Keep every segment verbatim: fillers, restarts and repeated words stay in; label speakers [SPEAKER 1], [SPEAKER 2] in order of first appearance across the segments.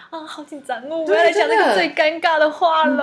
[SPEAKER 1] 啊，好紧张哦！我要来讲那个最尴尬的话了。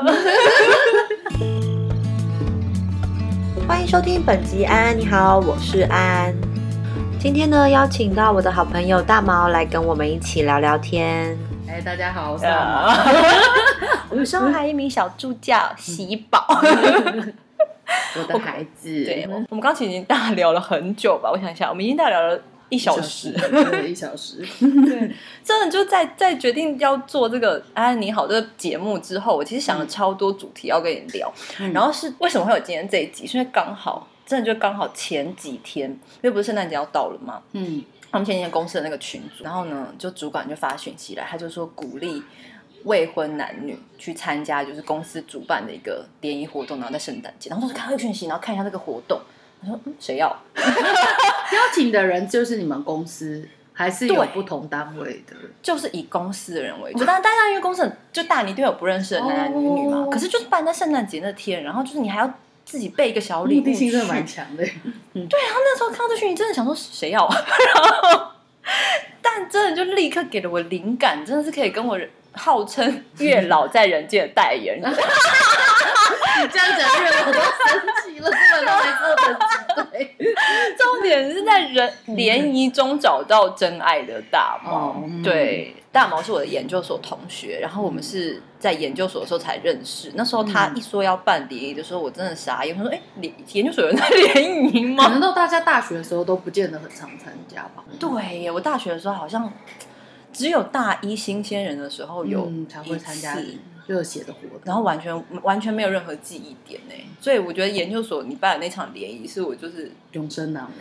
[SPEAKER 1] 欢迎收听本集安安你好，我是安安。今天呢，邀请到我的好朋友大毛来跟我们一起聊聊天。
[SPEAKER 2] 哎，大家好，我是大毛。
[SPEAKER 1] 我们身后还有一名小助教喜宝。
[SPEAKER 2] 我的孩子。
[SPEAKER 1] 对，我们刚才已经大聊了很久吧？我想一下，我们已经大聊了一小时，
[SPEAKER 2] 对，一小时。
[SPEAKER 1] 对，真的就在在决定要做这个安安你好这个节目之后，我其实想了超多主题要跟你聊。嗯、然后是为什么会有今天这一集？是因为刚好真的就刚好前几天，因为不是圣诞节要到了嘛，嗯，他们前几天公司的那个群组，然后呢，就主管就发讯息来，他就说鼓励未婚男女去参加就是公司主办的一个联谊活动，然后在圣诞节，然后就是看这个讯息，然后看一下这个活动。我说嗯，谁要？
[SPEAKER 2] 邀请的人就是你们公司，还是有不同单位的？
[SPEAKER 1] 就是以公司的人为主，但但因为公司就大，你一定有不认识的男男女女嘛。哦、可是就是办在圣诞节那天，然后就是你还要自己备一个小礼物，
[SPEAKER 2] 目的性真的蛮强的。
[SPEAKER 1] 嗯，对。然后那时候看到这讯息，真的想说谁要啊？然后，但真的就立刻给了我灵感，真的是可以跟我号称月老在人间的代言人。
[SPEAKER 2] 你这样讲，月老都生气了，根本都没做成机会。
[SPEAKER 1] 重点是在人联谊中找到真爱的大毛。嗯、对，大毛是我的研究所同学，然后我们是在研究所的时候才认识。那时候他一说要办联谊的时候，我真的傻眼。我说：“哎、欸，研究所有人在联谊吗？”
[SPEAKER 2] 可能到大家大学的时候都不见得很常参加吧。
[SPEAKER 1] 对耶，我大学的时候好像只有大一新鲜人的时候有、
[SPEAKER 2] 嗯、才会参加热血的活动，
[SPEAKER 1] 然后完全完全没有任何记忆点呢，所以我觉得研究所你办的那场联谊是我就是
[SPEAKER 2] 永生难忘。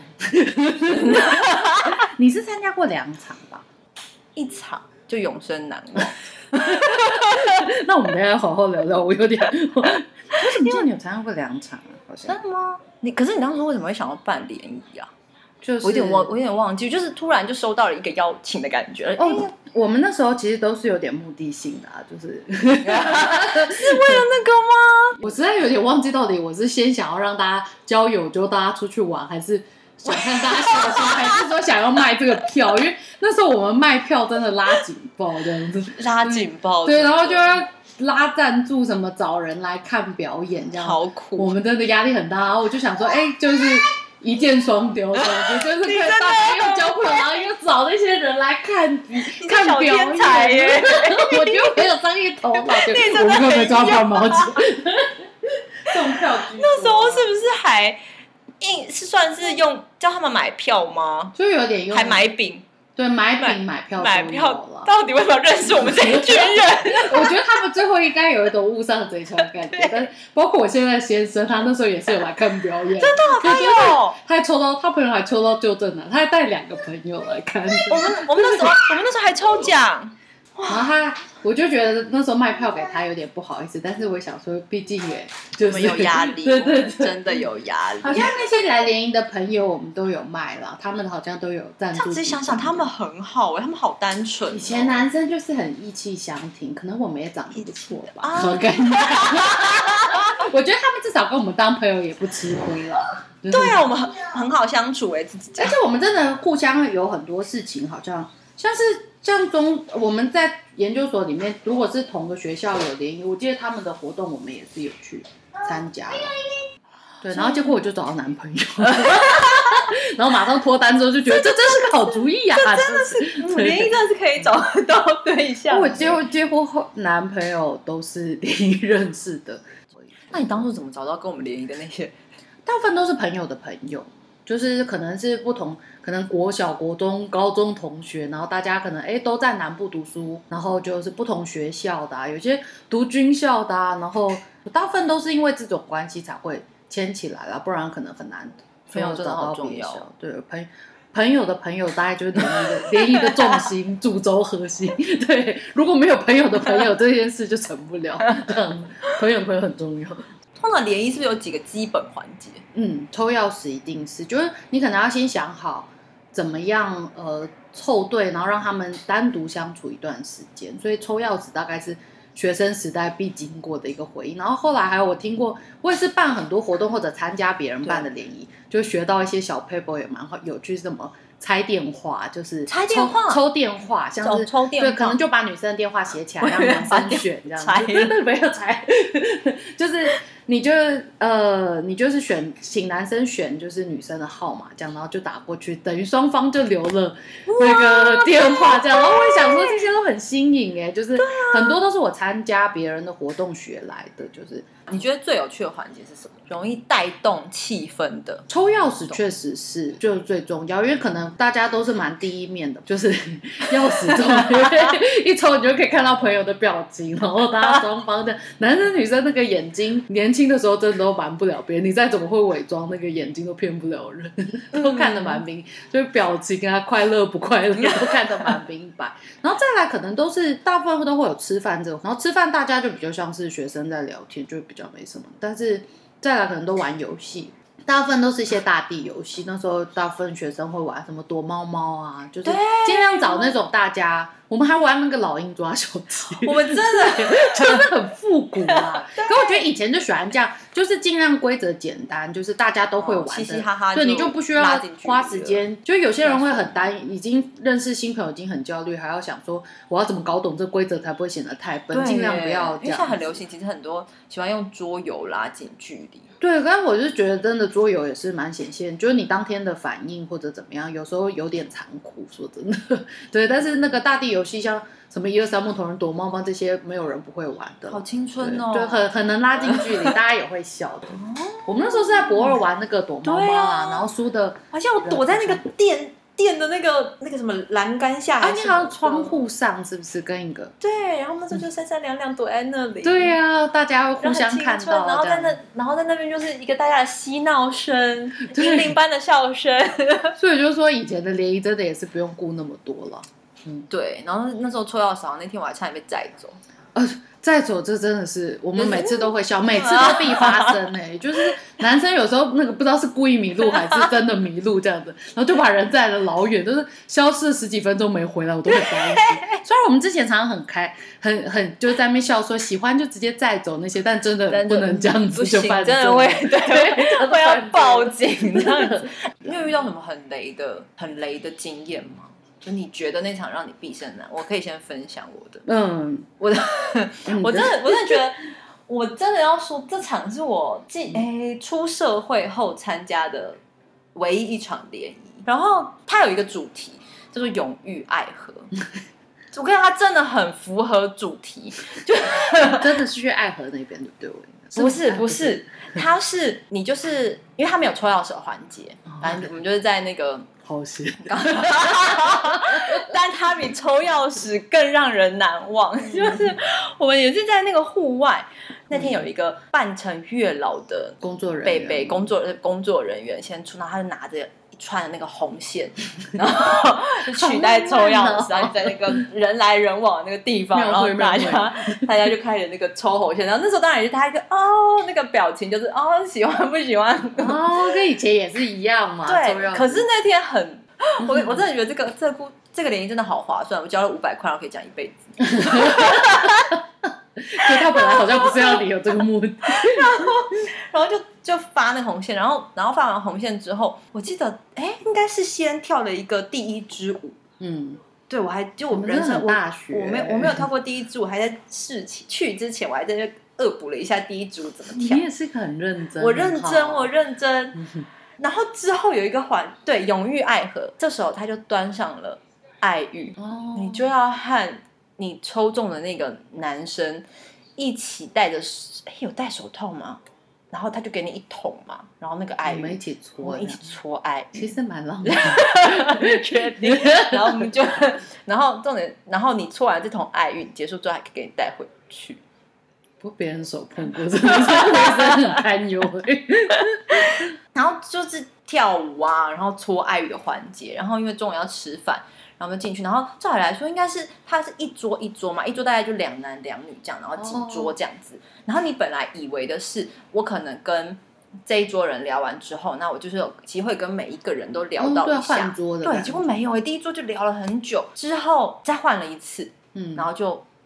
[SPEAKER 2] 你是参加过两场吧？
[SPEAKER 1] 一场就永生难忘。
[SPEAKER 2] 那我们等一下好好聊聊，我有点为什么记得你有参加过两场啊？好像
[SPEAKER 1] 真的吗？你可是你当时为什么会想要办联谊啊？
[SPEAKER 2] 就是
[SPEAKER 1] 我有点忘，我有点忘记，就是突然就收到了一个邀请的感觉。
[SPEAKER 2] 哦，欸、我们那时候其实都是有点目的性的啊，就是
[SPEAKER 1] 是为了那个吗？
[SPEAKER 2] 我实在有点忘记到底我是先想要让大家交友，就大家出去玩，还是想看大家笑的时候，还是说想要卖这个票？因为那时候我们卖票真的拉紧爆这样子，
[SPEAKER 1] 拉紧爆，
[SPEAKER 2] 对，然后就要拉赞助什么，找人来看表演，这样
[SPEAKER 1] 好苦，
[SPEAKER 2] 我们真的压力很大。然后我就想说，哎、欸，就是。一箭双雕，就是可以大家又交朋友，然后又找那些人来看看表演耶。我觉得我有商业头脑，我们会被抓半毛钱。送票居多。
[SPEAKER 1] 那时候是不是还硬是算是用叫他们买票吗？
[SPEAKER 2] 就有点用，
[SPEAKER 1] 还买饼。
[SPEAKER 2] 对，买饼买票
[SPEAKER 1] 买票，到底为什么认识我们这一群人？
[SPEAKER 2] 我觉得他们最后应该有一种误上贼船的感觉，但是包括我现在的先生，他那时候也是有来看表演，
[SPEAKER 1] 真的，他有，
[SPEAKER 2] 他还抽到他朋友还抽到旧正男，他还带两个朋友来看。
[SPEAKER 1] 我们我们那时候我们那时候还抽奖。
[SPEAKER 2] 然后他，我就觉得那时候卖票给他有点不好意思，但是我想说，毕竟也就是
[SPEAKER 1] 有压力，
[SPEAKER 2] 对对对，
[SPEAKER 1] 真的有压力。
[SPEAKER 2] 好像那些来联谊的朋友，我们都有卖啦，他们好像都有赞助。
[SPEAKER 1] 这样子想想，他们很好哎、欸，他们好单纯、哦。
[SPEAKER 2] 以前男生就是很意气相挺，可能我们也长得不错吧。
[SPEAKER 1] 啊、
[SPEAKER 2] 我觉得他们至少跟我们当朋友也不吃亏了。就是、
[SPEAKER 1] 对啊，我们很很好相处哎、欸，自己
[SPEAKER 2] 而且我们真的互相有很多事情，好像像是。像中我们在研究所里面，如果是同个学校有联谊，我记得他们的活动我们也是有去参加了。对，然后结果我就找到男朋友，然后马上脱单之后就觉得这真是个好主意啊！
[SPEAKER 1] 这真的是联谊真的是可以找得到对象。
[SPEAKER 2] 我结婚结婚后男朋友都是联谊认识的。
[SPEAKER 1] 那你当初怎么找到跟我们联谊的那些？
[SPEAKER 2] 大部分都是朋友的朋友。就是可能是不同，可能国小、国中、高中同学，然后大家可能哎都在南部读书，然后就是不同学校的、啊，有些读军校的、啊，然后大部分都是因为这种关系才会牵起来啦，不然可能很难。
[SPEAKER 1] 朋友真的好重要。
[SPEAKER 2] 对，朋朋友的朋友大概就是联谊的联谊的重心、主轴核心。对，如果没有朋友的朋友，这件事就成不了。这样，朋友的朋友很重要。
[SPEAKER 1] 通常联谊是不是有几个基本环节？
[SPEAKER 2] 嗯，抽钥匙一定是，就是你可能要先想好怎么样呃凑对，然后让他们单独相处一段时间。所以抽钥匙大概是学生时代必经过的一个回忆。然后后来还有我听过，我也是办很多活动或者参加别人办的联谊，就学到一些小 paper 也蛮好有趣，什么拆电话，就是
[SPEAKER 1] 拆电话
[SPEAKER 2] 抽抽电话，像是
[SPEAKER 1] 抽电话，
[SPEAKER 2] 对，可能就把女生的电话写起来，让男生选这样子。
[SPEAKER 1] 拆
[SPEAKER 2] 没有拆，就是你就呃，你就是选，请男生选就是女生的号码，这样，然后就打过去，等于双方就留了那个电话，这样。然后我也想说，这些都很新颖哎，就是很多都是我参加别人的活动学来的，就是。
[SPEAKER 1] 你觉得最有趣的环节是什么？容易带动气氛的
[SPEAKER 2] 抽钥匙确实是就是最重要，因为可能大家都是蛮第一面的，就是钥匙中一抽你就可以看到朋友的表情，然后大家双方的男生女生那个眼睛，年轻的时候真的都瞒不了别人，你再怎么会伪装，那个眼睛都骗不了人，都看得蛮明，就是表情啊，快乐不快乐都看得蛮明白。然后再来可能都是大部分都会有吃饭这种，然后吃饭大家就比较像是学生在聊天，就比较没什么，但是再来可能都玩游戏，大部分都是一些大地游戏。那时候大部分学生会玩什么躲猫猫啊，就是尽量找那种大家。我们还玩那个老鹰抓小鸡，
[SPEAKER 1] 我们真的
[SPEAKER 2] 就是很复古啊。可我觉得以前就喜欢这样，就是尽量规则简单，就是大家都会玩的，
[SPEAKER 1] 哦、嘻嘻哈哈，
[SPEAKER 2] 对，你就不需要花时间。就有些人会很担，已经认识新朋友已经很焦虑，还要想说我要怎么搞懂这规则才不会显得太笨，尽量不要这样。
[SPEAKER 1] 因为现在很流行，其实很多喜欢用桌游拉近距离。
[SPEAKER 2] 对，但是我就觉得真的桌游也是蛮显现，就是你当天的反应或者怎么样，有时候有点残酷，说真的。对，但是那个大地游戏像什么一二三木头人、躲猫猫这些，没有人不会玩的。
[SPEAKER 1] 好青春哦，
[SPEAKER 2] 对，很很能拉近距离，大家也会笑的。我们那时候是在博二玩那个躲猫猫啊，然后输的，
[SPEAKER 1] 好像我躲在那个店。店的那个那个什么栏杆下，
[SPEAKER 2] 啊，你好像窗户上是不是跟一个？
[SPEAKER 1] 对，然后那时候就三三两两躲在那里。
[SPEAKER 2] 对啊，大家会互相看到，
[SPEAKER 1] 然后在那，然后在那边就是一个大家的嬉闹声，银铃般的笑声。
[SPEAKER 2] 所以就是说，以前的联谊真的也是不用顾那么多了。
[SPEAKER 1] 嗯，对。然后那时候抽钥匙，那天我还差点被载走。
[SPEAKER 2] 呃，再走这真的是我们每次都会笑，每次都必发生哎、欸，就是男生有时候那个不知道是故意迷路还是真的迷路这样子，然后就把人载了老远，就是消失了十几分钟没回来，我都很担心。虽然我们之前常常很开，很很就是在那边笑说喜欢就直接载走那些，但真的不能这样子就犯罪，
[SPEAKER 1] 真的会对会要报警这样子。你有遇到什么很雷的、很雷的经验吗？就你觉得那场让你毕生难，我可以先分享我的。嗯，我的，我真的，我真的觉得，我真的要说，这场是我进诶出社会后参加的唯一一场联谊。然后它有一个主题叫做永浴爱河。我跟你讲，它真的很符合主题，就
[SPEAKER 2] 真的是去爱河那边的，对我
[SPEAKER 1] 不是不是，它是你就是因为它没有抽钥匙的环节，反正我们就是在那个。
[SPEAKER 2] 好险！
[SPEAKER 1] 但它比抽钥匙更让人难忘，就是我们也是在那个户外，那天有一个扮成月老的
[SPEAKER 2] 工作人员，
[SPEAKER 1] 北北工作工作人员先出，然后他就拿着一串的那个红线，然后取代抽钥匙，然后在那个人来人往的那个地方，然后大家大家就开始那个抽红线，然后那时候当然也是他一个哦那个表情就是哦喜欢不喜欢
[SPEAKER 2] 哦，跟以前也是一样嘛。
[SPEAKER 1] 对，可是那天很，我我真的觉得这个这个这个联谊真的好划算，我交了五百块，然后可以讲一辈子。
[SPEAKER 2] 所以他本来好像不是要你有这个目的，
[SPEAKER 1] 然后然后就就发那红线，然后然后发完红线之后，我记得哎应该是先跳了一个第一支舞，嗯，对我还就我人生
[SPEAKER 2] 大学
[SPEAKER 1] 我我没有我没有跳过第一支舞，还在试去之前我还在那恶补了一下第一支舞怎么跳。
[SPEAKER 2] 你也是很认真，
[SPEAKER 1] 我认真我认真。嗯、然后之后有一个环对永浴爱河，这时候他就端上了爱玉，哦、你就要和你抽中的那个男生一起戴着，哎，有戴手套吗？然后他就给你一桶嘛，然后那个爱玉，
[SPEAKER 2] 我们一起搓，
[SPEAKER 1] 我们一起搓爱玉，
[SPEAKER 2] 其实蛮浪漫的，
[SPEAKER 1] 确定。然后我们就，然后重点，然后你搓完这桶爱玉结束之后，还可以给你带回去。
[SPEAKER 2] 不过别人手碰过，真的是卫生很堪忧。
[SPEAKER 1] 然后就是跳舞啊，然后搓爱玉的环节，然后因为中午要吃饭。然后就进去，然后照理来说应该是它是一桌一桌嘛，一桌大概就两男两女这样，然后几桌这样子。Oh. 然后你本来以为的是，我可能跟这一桌人聊完之后，那我就是有机会跟每一个人都聊到一下，
[SPEAKER 2] 嗯、对，
[SPEAKER 1] 对，结果没有，第一桌就聊了很久，之后再换了一次，嗯，然后就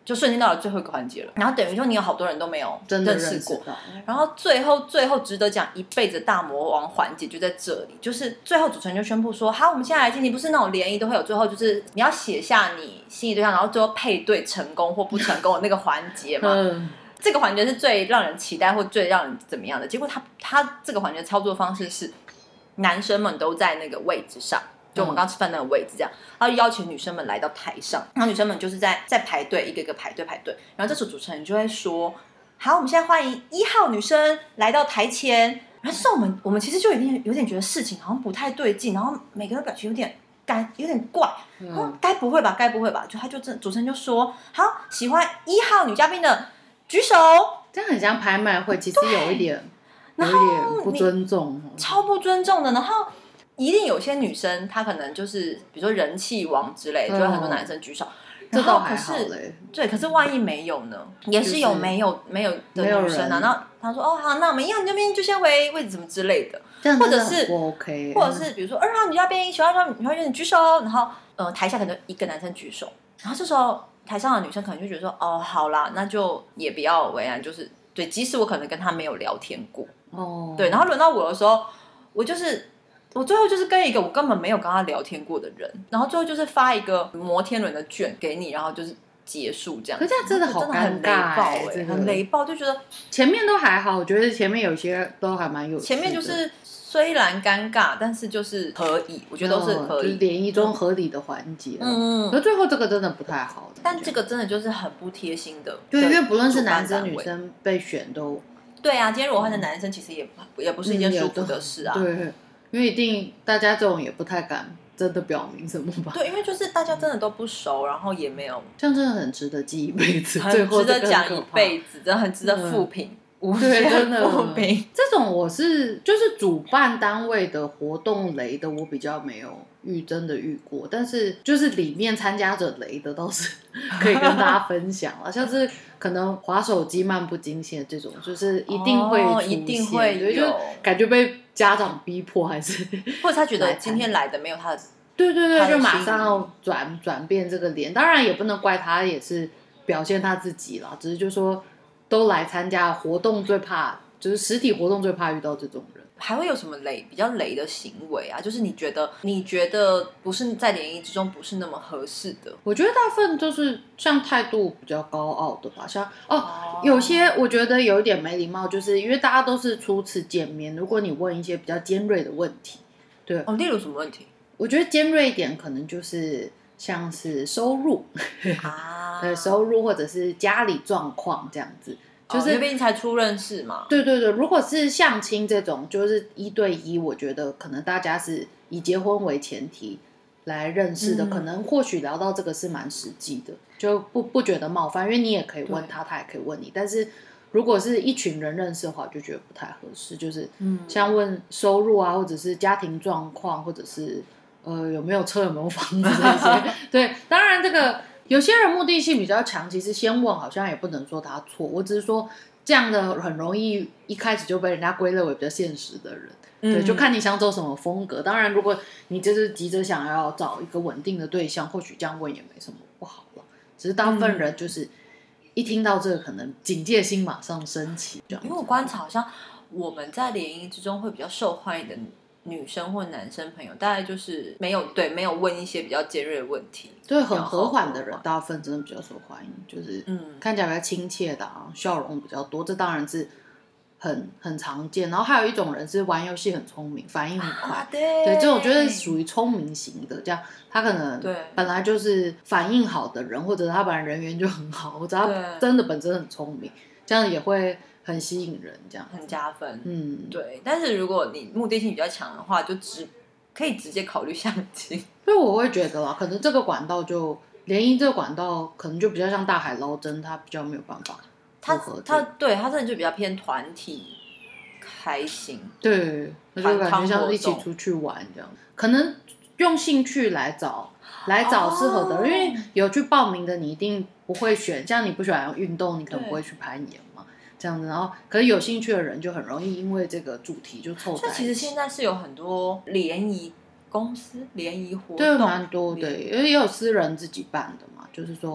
[SPEAKER 1] 就瞬间到了最后一个环节了，然后等于说你有好多人都没有
[SPEAKER 2] 真的
[SPEAKER 1] 认识过，
[SPEAKER 2] 认识
[SPEAKER 1] 然后最后最后值得讲一辈子大魔王环节就在这里，就是最后主持人就宣布说，好，我们现在来进行，不是那种联谊都会有最后就是你要写下你心仪对象，然后最后配对成功或不成功的那个环节嘛。嗯，这个环节是最让人期待或最让人怎么样的，结果他他这个环节操作方式是男生们都在那个位置上，就我们刚刚吃饭那个位置这样，然后邀请女生们来到台上，然后女生们就是在在排队，一个一个排队排队，然后这时候主持人就会说，好，我们现在欢迎一号女生来到台前，然后这时候我们我们其实就有点有点觉得事情好像不太对劲，然后每个人表情有点该有点怪，嗯，该不会吧该不会吧，就他就主持人就说，好，喜欢一号女嘉宾的举手，
[SPEAKER 2] 这样很像拍卖会，其实有一点有一点不尊重，
[SPEAKER 1] 超不尊重的，然后。一定有些女生，她可能就是比如说人气王之类，嗯、就有很多男生举手。
[SPEAKER 2] 这倒还好嘞。
[SPEAKER 1] 对，可是万一没有呢？也是有没有、就是、没有的女生啊。然后她说：“哦，好，那我们一号女嘉宾就先回位置什么之类的。”或者是
[SPEAKER 2] 不 OK，
[SPEAKER 1] 或者是比如说二号女嘉宾喜欢说女嘉宾举手，然后呃台下可能一个男生举手，然后这时候台上的女生可能就觉得说：“哦，好啦，那就也不要为难，就是对，即使我可能跟他没有聊天过，哦，对，然后轮到我的时候，我就是。”我最后就是跟一个我根本没有跟他聊天过的人，然后最后就是发一个摩天轮的券给你，然后就是结束这样。
[SPEAKER 2] 可是这样真的好尴尬哎、
[SPEAKER 1] 欸，很雷爆，就觉得
[SPEAKER 2] 前面都还好，我觉得前面有些都还蛮有趣的。
[SPEAKER 1] 前面就是虽然尴尬，但是就是可以，我觉得都是可以，
[SPEAKER 2] 就是联谊中合理的环节。嗯嗯。可是最后这个真的不太好，
[SPEAKER 1] 但这个真的就是很不贴心的。
[SPEAKER 2] 对，因为不论是男生女生被选都。
[SPEAKER 1] 对啊，今天如果换成男生，其实也也不是一件舒服的事啊。
[SPEAKER 2] 嗯、对。因为一定大家这种也不太敢真的表明什么吧？
[SPEAKER 1] 对，因为就是大家真的都不熟，然后也没有，
[SPEAKER 2] 这样真的很值得记一辈子，
[SPEAKER 1] 很值得讲一辈子，真的很值得负评。
[SPEAKER 2] 嗯、对，真的负评。这种我是就是主办单位的活动雷的，我比较没有遇真的遇过，但是就是里面参加者雷的倒是可以跟大家分享了，像是可能滑手机漫不经心的这种，就是一定会出现，
[SPEAKER 1] 哦、一定会有，
[SPEAKER 2] 就感觉被家长逼迫，还是
[SPEAKER 1] 或者他觉得今天来的没有他的，
[SPEAKER 2] 对对对，就马上要转转变这个脸，当然也不能怪他，也是表现他自己啦，只是就说都来参加活动，最怕就是实体活动最怕遇到这种人。
[SPEAKER 1] 还会有什么雷比较雷的行为啊？就是你觉得你觉得不是在联谊之中不是那么合适的？
[SPEAKER 2] 我觉得大部分就是像态度比较高傲的吧，像哦，哦有些我觉得有一点没礼貌，就是因为大家都是初次见面，如果你问一些比较尖锐的问题，对
[SPEAKER 1] 哦，例如什么问题？
[SPEAKER 2] 我觉得尖锐一点可能就是像是收入啊，对，收入或者是家里状况这样子。就是
[SPEAKER 1] 因为毕竟才初认识嘛。
[SPEAKER 2] 对对对，如果是相亲这种，就是一对一，我觉得可能大家是以结婚为前提来认识的，嗯、可能或许聊到这个是蛮实际的，就不不觉得冒犯，因为你也可以问他，他也可以问你。但是如果是一群人认识的话，就觉得不太合适，就是像问收入啊，或者是家庭状况，或者是呃有没有车有没有房子这些。对，当然这个。有些人目的性比较强，其实先问好像也不能说他错，我只是说这样的很容易一开始就被人家归类为比较现实的人，嗯、对，就看你想走什么风格。当然，如果你就是急着想要找一个稳定的对象，或许这样问也没什么不好了。只是大部分人就是一听到这个，可能警戒心马上升起。
[SPEAKER 1] 因为我观察，好像我们在联谊之中会比较受欢迎的女生或男生朋友，大概就是没有对没有问一些比较尖锐的问题，
[SPEAKER 2] 对，很和缓的人，大部分真的比较受欢迎，就是嗯，看起来比较亲切的啊，笑容比较多，这当然是很很常见。然后还有一种人是玩游戏很聪明，反应很快，啊、对, 对，这种我觉得属于聪明型的，这样他可能本来就是反应好的人，或者他本来人缘就很好，或者他真的本身很聪明，这样也会。很吸引人，这样
[SPEAKER 1] 很加分。嗯，对。但是如果你目的性比较强的话，就只可以直接考虑相亲。
[SPEAKER 2] 所以我会觉得啦，可能这个管道就联谊这个管道，可能就比较像大海捞针，它比较没有办法
[SPEAKER 1] 符合。它它对它真的就比较偏团体开心，
[SPEAKER 2] 对，那就感觉像是一起出去玩这样。可能用兴趣来找来找适合的人，哦、因为有去报名的，你一定不会选。像你不喜欢运动，你可能不会去攀岩。这样子，然后可是有兴趣的人就很容易因为这个主题就凑在一起。
[SPEAKER 1] 所以其实现在是有很多联谊公司、联谊活动，
[SPEAKER 2] 对，蛮多的，因为也有私人自己办的嘛，就是说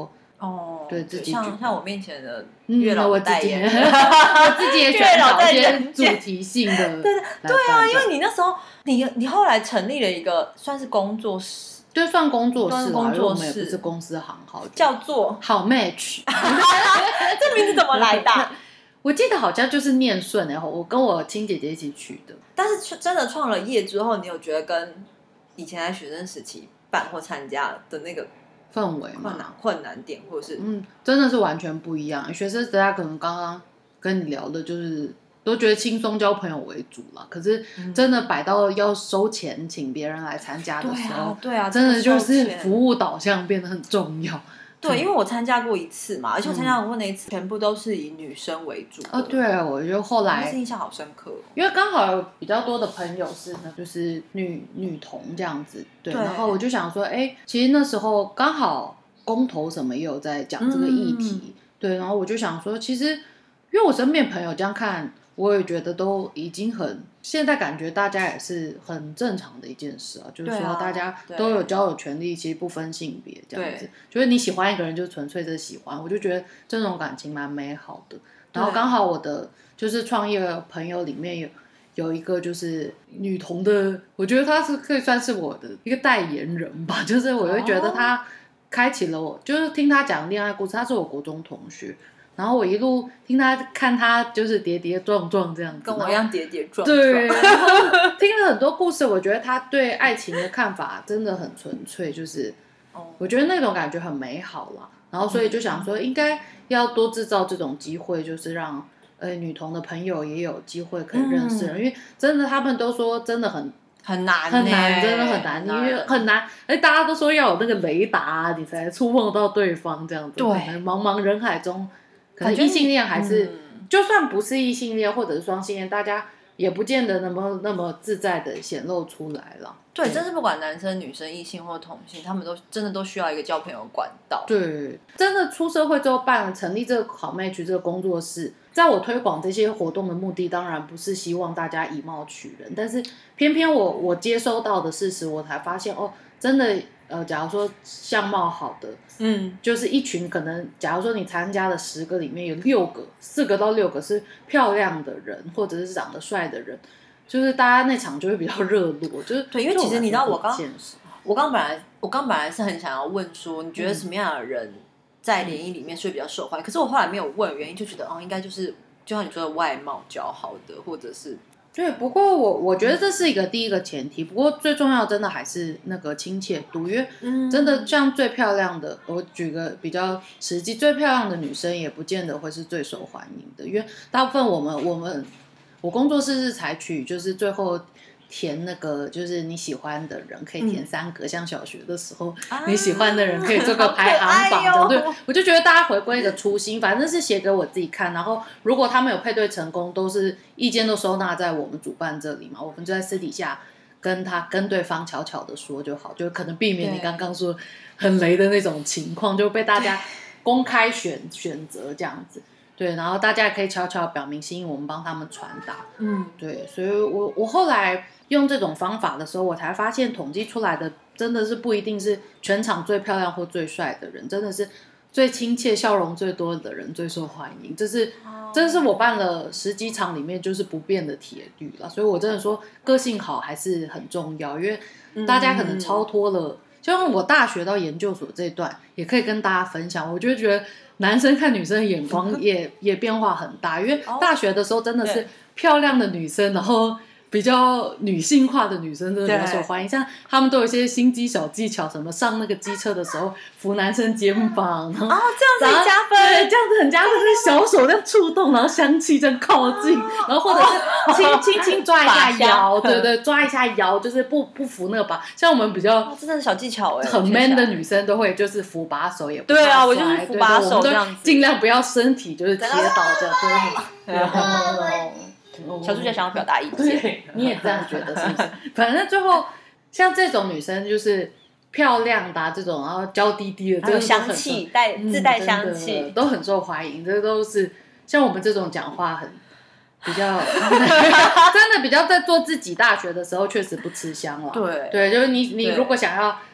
[SPEAKER 1] 哦，
[SPEAKER 2] 对自己
[SPEAKER 1] 像像我面前的月老
[SPEAKER 2] 我
[SPEAKER 1] 代言人，
[SPEAKER 2] 嗯、我自己也选找一些主题性的，
[SPEAKER 1] 对对对啊，因为你那时候你你后来成立了一个算是工作室。
[SPEAKER 2] 就算工作室啦，
[SPEAKER 1] 工作室，
[SPEAKER 2] 因为我们也不是公司行号，
[SPEAKER 1] 叫做
[SPEAKER 2] 好 match。
[SPEAKER 1] 这名字怎么来的？
[SPEAKER 2] 我记得好像就是念顺哎，我跟我亲姐姐一起取的。
[SPEAKER 1] 但是真的创了业之后，你有觉得跟以前在学生时期办或参加的那个
[SPEAKER 2] 氛围
[SPEAKER 1] 困难困难点，或者是
[SPEAKER 2] 嗯，真的是完全不一样。学生时代可能刚刚跟你聊的就是。都觉得轻松交朋友为主了，可是真的摆到要收钱请别人来参加的时候，
[SPEAKER 1] 对啊，
[SPEAKER 2] 真的就是服务导向变得很重要。
[SPEAKER 1] 对，因为我参加过一次嘛，而且我参加过那一次，全部都是以女生为主。
[SPEAKER 2] 哦，对，我就后来
[SPEAKER 1] 是印象好深刻，
[SPEAKER 2] 因为刚好有比较多的朋友是呢，就是女女同这样子，对，然后我就想说，哎，其实那时候刚好公投什么也有在讲这个议题，对，然后我就想说，其实因为我身边朋友这样看。我也觉得都已经很，现在感觉大家也是很正常的一件事啊，就是说大家都有交友权利，其实不分性别这样子，就是你喜欢一个人就纯粹的喜欢，我就觉得这种感情蛮美好的。然后刚好我的就是创业朋友里面有有一个就是女同的，我觉得她是可以算是我的一个代言人吧，就是我会觉得她开启了我，就是听她讲恋爱故事，她是我国中同学。然后我一路听他看他就是跌跌撞撞这样子，
[SPEAKER 1] 跟我一样跌跌撞撞。
[SPEAKER 2] 对，然后听了很多故事，我觉得他对爱情的看法真的很纯粹，就是我觉得那种感觉很美好啦。然后所以就想说，应该要多制造这种机会，就是让呃女同的朋友也有机会可以认识人，嗯、因为真的他们都说真的很。
[SPEAKER 1] 很难、欸，
[SPEAKER 2] 很难，真的很难，因为很难。哎，大家都说要有那个雷达、啊，你才触碰到对方这样子。对，可能茫茫人海中。可能异性恋还是、嗯，就算不是异性恋或者是双性恋，大家也不见得那么那么自在的显露出来了。
[SPEAKER 1] 对，真是不管男生、女生、异性或同性，他们都真的都需要一个交朋友管道。
[SPEAKER 2] 对，真的出社会之后办了成立这个好 match 这个工作室，在我推广这些活动的目的，当然不是希望大家以貌取人，但是偏偏我我接收到的事实，我才发现哦，真的。呃，假如说相貌好的，嗯，就是一群可能，假如说你参加的十个里面有六个，四个到六个是漂亮的人，或者是长得帅的人，就是大家那场就会比较热络，就是
[SPEAKER 1] 对，因为其实你知道我刚，我刚本来我刚本来是很想要问说，你觉得什么样的人在联谊里面是会比较受欢迎？嗯、可是我后来没有问原因，就觉得哦，应该就是就像你说的外貌较好的，或者是。
[SPEAKER 2] 对，不过我我觉得这是一个第一个前提，不过最重要真的还是那个亲切度，因为真的像最漂亮的，我举个比较实际，最漂亮的女生也不见得会是最受欢迎的，因为大部分我们我们我工作室是采取就是最后填那个就是你喜欢的人可以填三个，嗯、像小学的时候、啊、你喜欢的人可以做个排行榜的，对，我就觉得大家回归一个初心，反正是写给我自己看，然后如果他们有配对成功，都是意见都收纳在我们主办这里嘛，我们就在私底下跟他跟对方悄悄的说就好，就可能避免你刚刚说很雷的那种情况，就被大家公开选选择这样子。对，然后大家也可以悄悄表明心意，我们帮他们传达。嗯，对，所以我我后来用这种方法的时候，我才发现统计出来的真的是不一定是全场最漂亮或最帅的人，真的是最亲切、笑容最多的人最受欢迎。这是，这是我办了十几场里面就是不变的铁律了。所以我真的说，个性好还是很重要，因为大家可能超脱了。嗯就像我大学到研究所这一段，也可以跟大家分享。我就觉得男生看女生的眼光也也变化很大，因为大学的时候真的是漂亮的女生，然后比较女性化的女生真的比较受欢迎，像他们都有一些心机小技巧，什么上那个机车的时候扶男生肩膀，然后、
[SPEAKER 1] 哦、这样子很加分，
[SPEAKER 2] 对，这样子很加分，就是小手这样触动，然后香气这样靠近，哦、然后或者是轻轻轻抓一下腰，对对，抓一下腰，就是不不扶那个把，像我们比较、
[SPEAKER 1] 哦、真的是小技巧哎，
[SPEAKER 2] 很 man 的女生都会就是扶把手也不
[SPEAKER 1] 对啊，我就是扶把手这样子，
[SPEAKER 2] 尽量不要身体就是贴倒这样，对。
[SPEAKER 1] 小猪姐想要表达意见，
[SPEAKER 2] 你也这样觉得是不是？反正最后像这种女生就是漂亮的、啊、这种，然后娇滴滴的，
[SPEAKER 1] 还有香气，带自带香气、
[SPEAKER 2] 嗯，都很受欢迎。这都是像我们这种讲话很比较真的比较在做自己大学的时候，确实不吃香了。
[SPEAKER 1] 对
[SPEAKER 2] 对，就是你你如果想要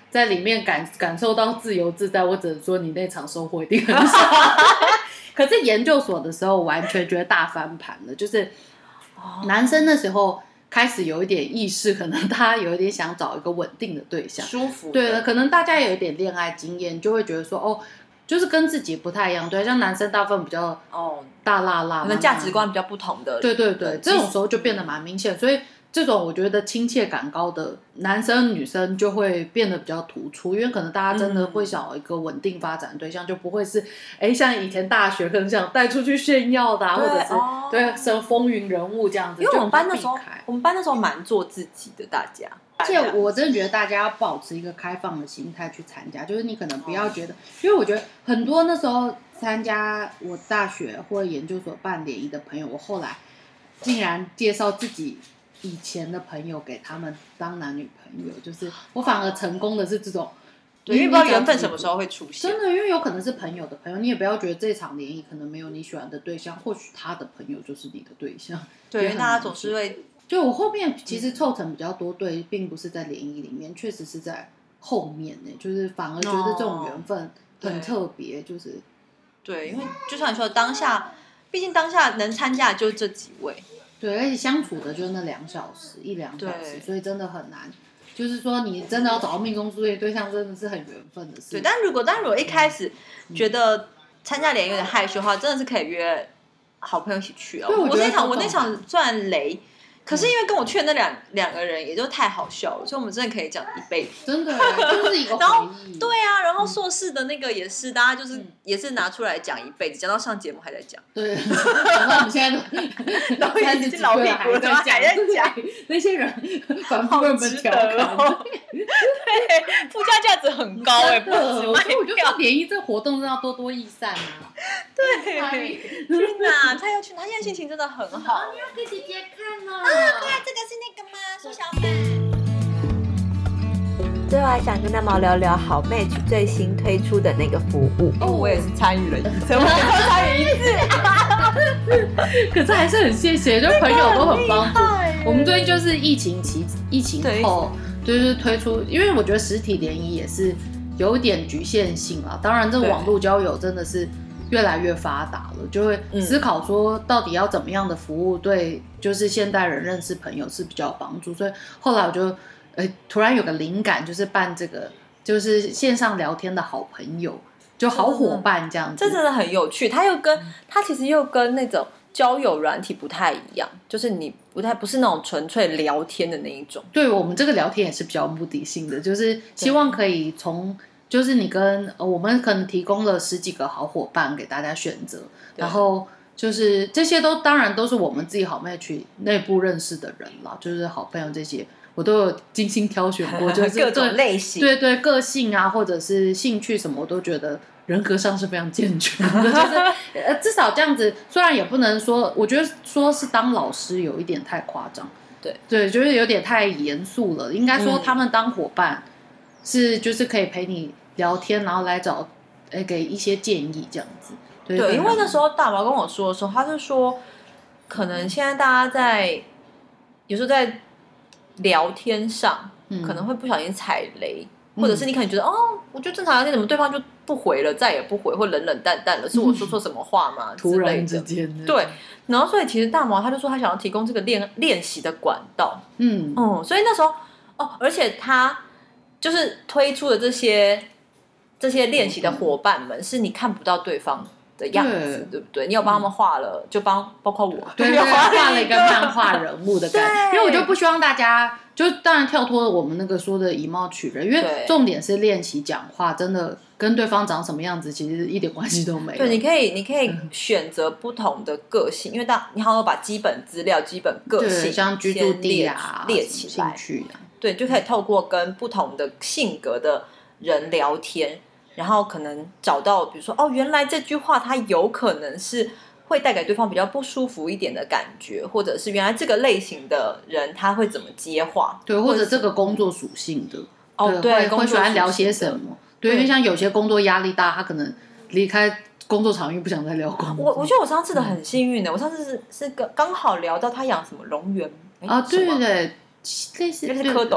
[SPEAKER 2] 在里面感感受到自由自在，我只能说你那场收获一定很少。可是研究所的时候，完全觉得大翻盘了，就是男生那时候开始有一点意识，可能他有一点想找一个稳定的对象，
[SPEAKER 1] 舒服的。
[SPEAKER 2] 对了，可能大家有一点恋爱经验，就会觉得说哦。就是跟自己不太一样，对，像男生大部分比较
[SPEAKER 1] 哦
[SPEAKER 2] 大辣辣，
[SPEAKER 1] 可能价值观比较不同的，
[SPEAKER 2] 对对对，这种时候就变得蛮明显，所以这种我觉得亲切感高的男生女生就会变得比较突出，因为可能大家真的会想要一个稳定发展的对象，嗯、就不会是哎像以前大学可能想带出去炫耀的、啊，或者是、哦、对什么风云人物这样子，
[SPEAKER 1] 因为我们班那时候，我们班那时候蛮做自己的，大家。
[SPEAKER 2] 而且我真的觉得大家要保持一个开放的心态去参加，就是你可能不要觉得，因为我觉得很多那时候参加我大学或者研究所办联谊的朋友，我后来竟然介绍自己以前的朋友给他们当男女朋友，就是我反而成功的是这种，
[SPEAKER 1] 对，因为不知道缘分什么时候会出现，
[SPEAKER 2] 真的，因为有可能是朋友的朋友，你也不要觉得这场联谊可能没有你喜欢的对象，或许他的朋友就是你的对象，
[SPEAKER 1] 对，因为大家总是会。
[SPEAKER 2] 就我后面其实凑成比较多对，并不是在联谊里面，确实是在后面呢、欸，就是反而觉得这种缘分很特别，就是
[SPEAKER 1] 对，因为就像你说的，当下，毕竟当下能参加的就这几位，
[SPEAKER 2] 对，而且相处的就那两小时一两小时，所以真的很难。就是说，你真的要找到命中注定的对象，真的是很缘分的事。
[SPEAKER 1] 对，但如果但如果一开始觉得参加联谊有点害羞的话，真的是可以约好朋友一起去哦。我那场我那场虽然雷。可是因为跟我去的那两两个人也就太好笑了，所以我们真的可以讲一辈子，
[SPEAKER 2] 真的就是一个回忆。
[SPEAKER 1] 然后对啊，然后硕士的那个也是，大家就是、嗯、也是拿出来讲一辈子，讲到上节目还在讲。
[SPEAKER 2] 对，然后我们现在都都三十几岁了还在讲，还在讲那些人反复被我们调侃，
[SPEAKER 1] 对，附加价值很高哎、欸，不止卖
[SPEAKER 2] 所以我就说联谊这活动真的要多多益善啊。
[SPEAKER 1] 对，天哪，他要去，他现在心情真的很好。
[SPEAKER 2] 你要给姐姐看呢、
[SPEAKER 1] 啊。啊，对，这个是那个吗？缩小版。
[SPEAKER 3] 最后还想跟大毛聊聊好 Match 最新推出的那个服务。
[SPEAKER 1] 哦，我也是参与了一次，我也参与一
[SPEAKER 2] 次。可是还是很谢谢，就朋友都很帮助。我们最近就是疫情期，疫情后就是推出，因为我觉得实体联谊也是有一点局限性啊。当然，这个网络交友真的是越来越发达了，就会思考说到底要怎么样的服务对就是现代人认识朋友是比较有帮助。所以后来我就呃突然有个灵感，就是办这个就是线上聊天的好朋友，就好伙伴这样子。
[SPEAKER 1] 这真的很有趣，它又跟它其实又跟那种交友软体不太一样，就是你不太不是那种纯粹聊天的那一种。
[SPEAKER 2] 对，我们这个聊天也是比较目的性的，就是希望可以从就是你跟、呃、我们可能提供了十几个好伙伴给大家选择，然后就是这些都当然都是我们自己好 match 内部认识的人啦，就是好朋友这些我都有精心挑选过，就是
[SPEAKER 1] 各种类型，
[SPEAKER 2] 对对，个性啊或者是兴趣什么，我都觉得人格上是非常健全的，就是呃至少这样子，虽然也不能说，我觉得说是当老师有一点太夸张，
[SPEAKER 1] 对对，
[SPEAKER 2] 就是有点太严肃了，应该说他们当伙伴。嗯是，就是可以陪你聊天，然后来找，诶，给一些建议这样子。对，
[SPEAKER 1] 对因为那时候大毛跟我说的时候，他是说，可能现在大家在有时候在聊天上，嗯、可能会不小心踩雷，嗯、或者是你可能觉得哦，我就正常聊天，怎么对方就不回了，再也不回，或冷冷淡淡了，是我说错什么话吗？嗯、
[SPEAKER 2] 突然之间的，
[SPEAKER 1] 对。然后所以其实大毛他就说他想要提供这个练练习的管道，嗯嗯，所以那时候哦，而且他。就是推出的这些这些练习的伙伴们，是你看不到对方的样子， 对, 对不对？你有帮他们画了，就帮包括我，
[SPEAKER 2] 对对，画了一个漫画人物的感觉。因为我就不希望大家，就当然跳脱了我们那个说的以貌取人，因为重点是练习讲话，真的跟对方长什么样子，其实一点关系都没有。
[SPEAKER 1] 对，你可以你可以选择不同的个性，因为当你好像把基本资料、基本个性，
[SPEAKER 2] 像居住地啊
[SPEAKER 1] 列起来，
[SPEAKER 2] 兴趣啊。
[SPEAKER 1] 对，就可以透过跟不同的性格的人聊天，然后可能找到，比如说，哦，原来这句话它有可能是会带给对方比较不舒服一点的感觉，或者是原来这个类型的人他会怎么接话，
[SPEAKER 2] 对，或者这个工作属性的，
[SPEAKER 1] 哦，对，
[SPEAKER 2] 会喜欢聊些什么？对，因为像有些工作压力大，他可能离开工作场域不想再聊工作。
[SPEAKER 1] 我我觉得我上次的很幸运的，嗯、我上次是是刚好聊到他养什么龙源
[SPEAKER 2] 啊，对对对。类似
[SPEAKER 1] 类似蝌蚪，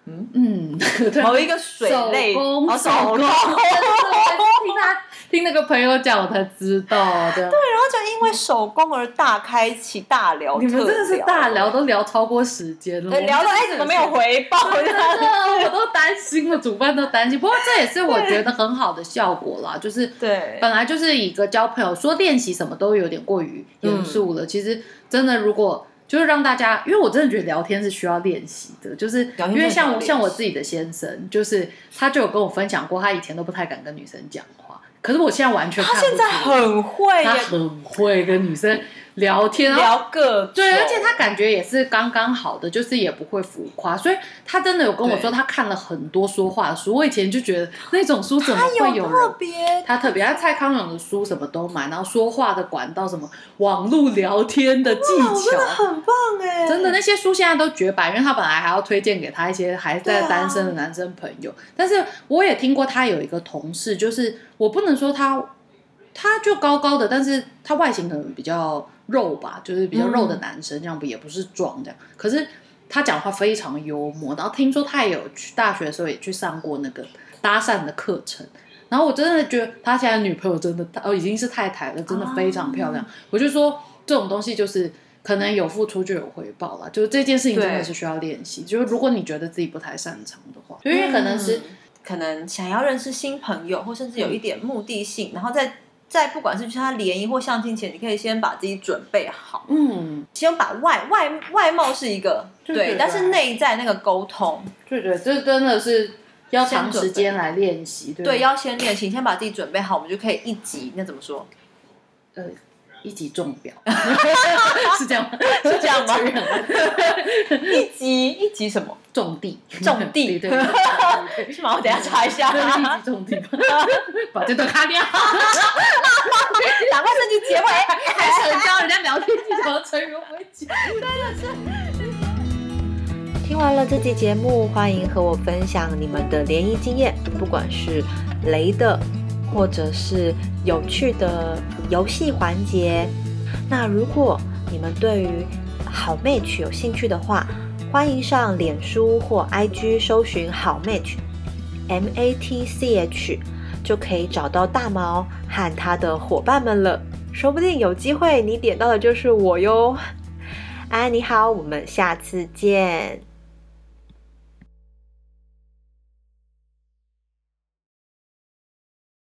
[SPEAKER 1] 嗯
[SPEAKER 2] 嗯，
[SPEAKER 1] 某一个水类
[SPEAKER 2] 手工，
[SPEAKER 1] 哦、
[SPEAKER 2] 手工，听他听那个朋友讲，我才知道的。对，然
[SPEAKER 1] 后就因为手工而大开启大聊特聊，
[SPEAKER 2] 你们真的是大聊，都聊超过时间了，
[SPEAKER 1] 聊到哎怎么没有回报？
[SPEAKER 2] 真的，我都担心了，主办都担心。不过这也是我觉得很好的效果啦，就是
[SPEAKER 1] 对，
[SPEAKER 2] 本来就是一个交朋友，说练习什么都有点过于严肃了。嗯、其实真的，如果就是让大家，因为我真的觉得聊天是需要练习的，就是因为像我像我自己的先生，就是他就有跟我分享过，他以前都不太敢跟女生讲话，可是我现在完全看不出来，
[SPEAKER 1] 他现在很会，
[SPEAKER 2] 他很会跟女生聊天，
[SPEAKER 1] 聊各种，
[SPEAKER 2] 对，而且他感觉也是刚刚好的，就是也不会浮夸，所以他真的有跟我说，他看了很多说话的书。我以前就觉得那种书怎么会有人？
[SPEAKER 1] 他有特别，
[SPEAKER 2] 他特别，他蔡康永的书什么都买，然后说话的管道什么网络聊天的技巧，
[SPEAKER 1] 真的很棒哎！
[SPEAKER 2] 真的那些书现在都绝版，因为他本来还要推荐给他一些还在单身的男生朋友。啊、但是我也听过他有一个同事，就是我不能说他。他就高高的，但是他外形可能比较肉吧，就是比较肉的男生，这样不也不是壮这样。可是他讲话非常幽默，然后听说他也有去大学的时候也去上过那个搭讪的课程。然后我真的觉得他现在女朋友真的哦已经是太太了，真的非常漂亮。啊、我就说这种东西就是可能有付出就有回报啦，就是这件事情真的是需要练习。就是如果你觉得自己不太擅长的话，因为可能是、嗯、
[SPEAKER 1] 可能想要认识新朋友，或甚至有一点目的性，然后再。在不管是去他联谊或相亲前，你可以先把自己准备好，嗯，先把外外外貌是一个 对, 对, 对，但是内在那个沟通，
[SPEAKER 2] 对对，这真的是要长时间来练习，对,
[SPEAKER 1] 对，要先练习，先把自己准备好，我们就可以一集，那怎么说？
[SPEAKER 2] 呃，一集中标，是这样吗？
[SPEAKER 1] 是这样吗？一集一集什么？
[SPEAKER 2] 种地，
[SPEAKER 1] 种地，对，是吗？我等一下查一下，
[SPEAKER 2] 一集种地，把这段卡掉。
[SPEAKER 1] 赶快升级结尾，
[SPEAKER 2] 还是教人家聊天技巧的成语不会讲，
[SPEAKER 1] 真的是。
[SPEAKER 3] 听完了这集节目，欢迎和我分享你们的联谊经验，不管是雷的，或者是有趣的游戏环节。那如果你们对于好 match 有兴趣的话，欢迎上脸书或 I G 搜寻好 match M A T C H， 就可以找到大毛和他的伙伴们了。说不定有机会你点到的就是我哟。安安你好，我们下次见。